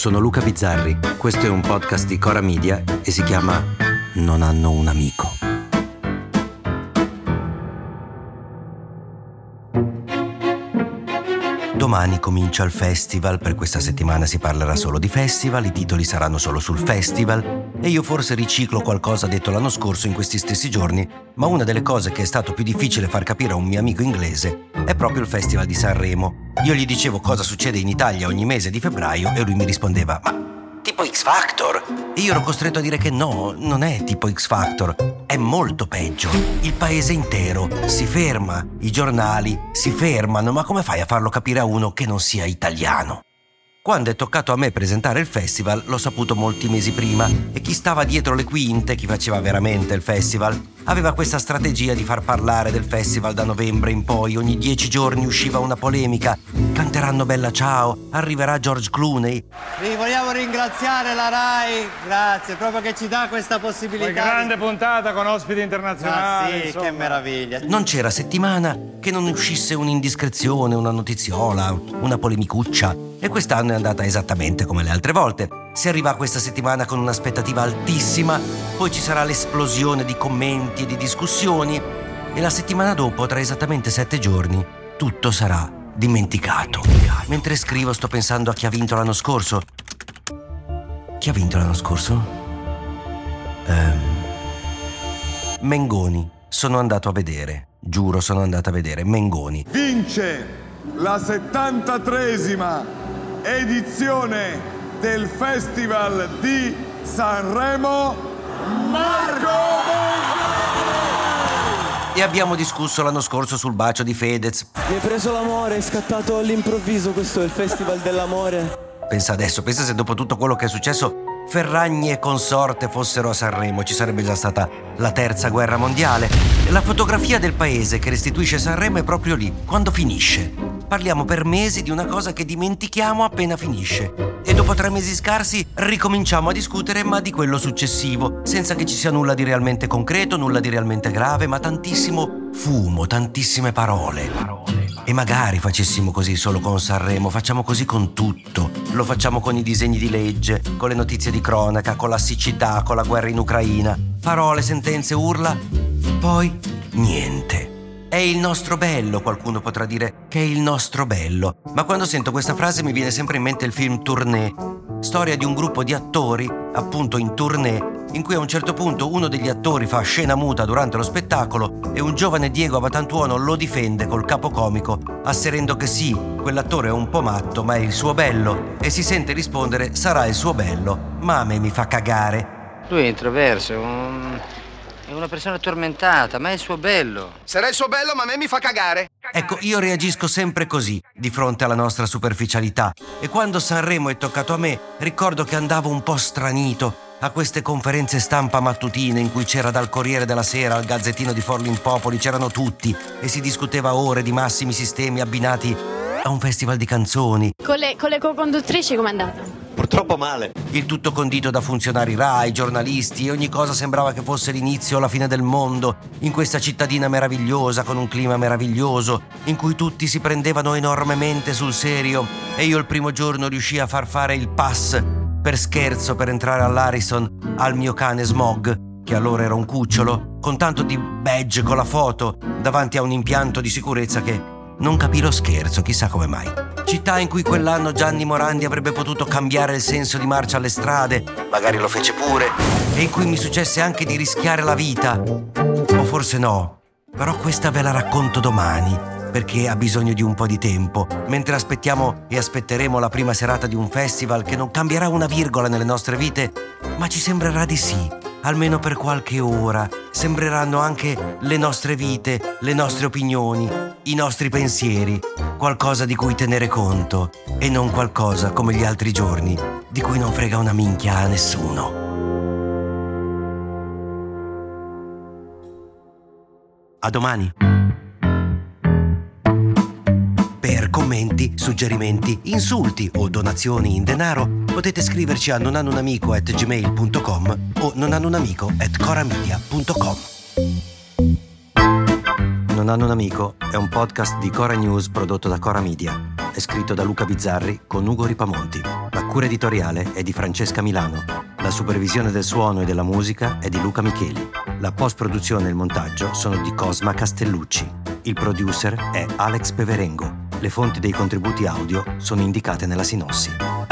sono Luca Bizzarri, questo è un podcast di Cora Media e si chiama Non hanno un amico. Domani comincia il festival, per questa settimana si parlerà solo di festival, i titoli saranno solo sul festival e io forse riciclo qualcosa detto l'anno scorso in questi stessi giorni, ma una delle cose che è stato più difficile far capire a un mio amico inglese è proprio il Festival di Sanremo. Io gli dicevo cosa succede in Italia ogni mese di febbraio e lui mi rispondeva: ma tipo X Factor? E io ero costretto a dire che no, non è tipo X Factor, è molto peggio. Il paese intero si ferma, i giornali si fermano, ma come fai a farlo capire a uno che non sia italiano? Quando è toccato a me presentare il festival, l'ho saputo molti mesi prima e chi stava dietro le quinte, chi faceva veramente il festival, aveva questa strategia di far parlare del festival da novembre in poi. Ogni 10 giorni usciva una polemica. Canteranno Bella Ciao, arriverà George Clooney. Vi vogliamo ringraziare la RAI, grazie, proprio che ci dà questa possibilità. Poi grande puntata con ospiti internazionali. Sì, insomma. che meraviglia. Non c'era settimana che non uscisse un'indiscrezione, una notiziola, una polemicuccia. E quest'anno è andata esattamente come le altre volte. Si arriva questa settimana con un'aspettativa altissima, poi ci sarà l'esplosione di commenti e di discussioni e la settimana dopo, tra esattamente 7 giorni, tutto sarà dimenticato. Mentre scrivo sto pensando a chi ha vinto l'anno scorso. Chi ha vinto l'anno scorso? Mengoni. Sono andato a vedere. Giuro, sono andato a vedere. Mengoni. Vince la 73esima edizione del Festival di Sanremo Marco Mengoni! E abbiamo discusso l'anno scorso sul bacio di Fedez. Mi hai preso l'amore, è scattato all'improvviso, questo è il Festival dell'amore. Pensa adesso, pensa se dopo tutto quello che è successo Ferragni e consorte fossero a Sanremo, ci sarebbe già stata la terza guerra mondiale. E la fotografia del paese che restituisce Sanremo è proprio lì, quando finisce. Parliamo per mesi di una cosa che dimentichiamo appena finisce. E dopo 3 mesi scarsi ricominciamo a discutere, ma di quello successivo, senza che ci sia nulla di realmente concreto, nulla di realmente grave, ma tantissimo fumo, tantissime parole. E magari facessimo così solo con Sanremo, facciamo così con tutto. Lo facciamo con i disegni di legge, con le notizie di cronaca, con la siccità, con la guerra in Ucraina. Parole, sentenze, urla, poi niente. È il nostro bello, qualcuno potrà dire che è il nostro bello. Ma quando sento questa frase mi viene sempre in mente il film Tournée, storia di un gruppo di attori, appunto in tournée, in cui a un certo punto uno degli attori fa scena muta durante lo spettacolo e un giovane Diego Avatantuono lo difende col capocomico, asserendo che sì, quell'attore è un po' matto, ma è il suo bello, e si sente rispondere: sarà il suo bello, ma a me mi fa cagare. Lui è introverso, è una persona tormentata, ma è il suo bello. Sarà il suo bello, ma a me mi fa cagare. Ecco, io reagisco sempre così, di fronte alla nostra superficialità. E quando Sanremo è toccato a me, ricordo che andavo un po' stranito a queste conferenze stampa mattutine in cui c'era dal Corriere della Sera al Gazzettino di Forlì in Popoli, c'erano tutti e si discuteva ore di massimi sistemi abbinati a un festival di canzoni. Con le co-conduttrici com'è andata? Purtroppo male. Il tutto condito da funzionari RAI, giornalisti, e ogni cosa sembrava che fosse l'inizio o la fine del mondo, in questa cittadina meravigliosa, con un clima meraviglioso, in cui tutti si prendevano enormemente sul serio, e io il primo giorno riuscii a far fare il pass, per scherzo, per entrare all'Harrison, al mio cane Smog, che allora era un cucciolo, con tanto di badge con la foto, davanti a un impianto di sicurezza che non capì lo scherzo, chissà come mai. Città in cui quell'anno Gianni Morandi avrebbe potuto cambiare il senso di marcia alle strade, magari lo fece pure, e in cui mi successe anche di rischiare la vita. O forse no, però questa ve la racconto domani, perché ha bisogno di un po' di tempo, mentre aspettiamo e aspetteremo la prima serata di un festival che non cambierà una virgola nelle nostre vite, ma ci sembrerà di sì, almeno per qualche ora. Sembreranno anche le nostre vite, le nostre opinioni, i nostri pensieri, qualcosa di cui tenere conto e non qualcosa come gli altri giorni di cui non frega una minchia a nessuno. A domani. Per commenti, suggerimenti, insulti o donazioni in denaro potete scriverci a nonhannounamico@gmail.com o nonhannounamico@coramedia.com. Non hanno un amico è un podcast di Cora News prodotto da Cora Media. È scritto da Luca Bizzarri con Ugo Ripamonti. A cura editoriale è di Francesca Milano. La supervisione del suono e della musica è di Luca Micheli. La post-produzione e il montaggio sono di Cosma Castellucci. Il producer è Alex Peverengo. Le fonti dei contributi audio sono indicate nella sinossi.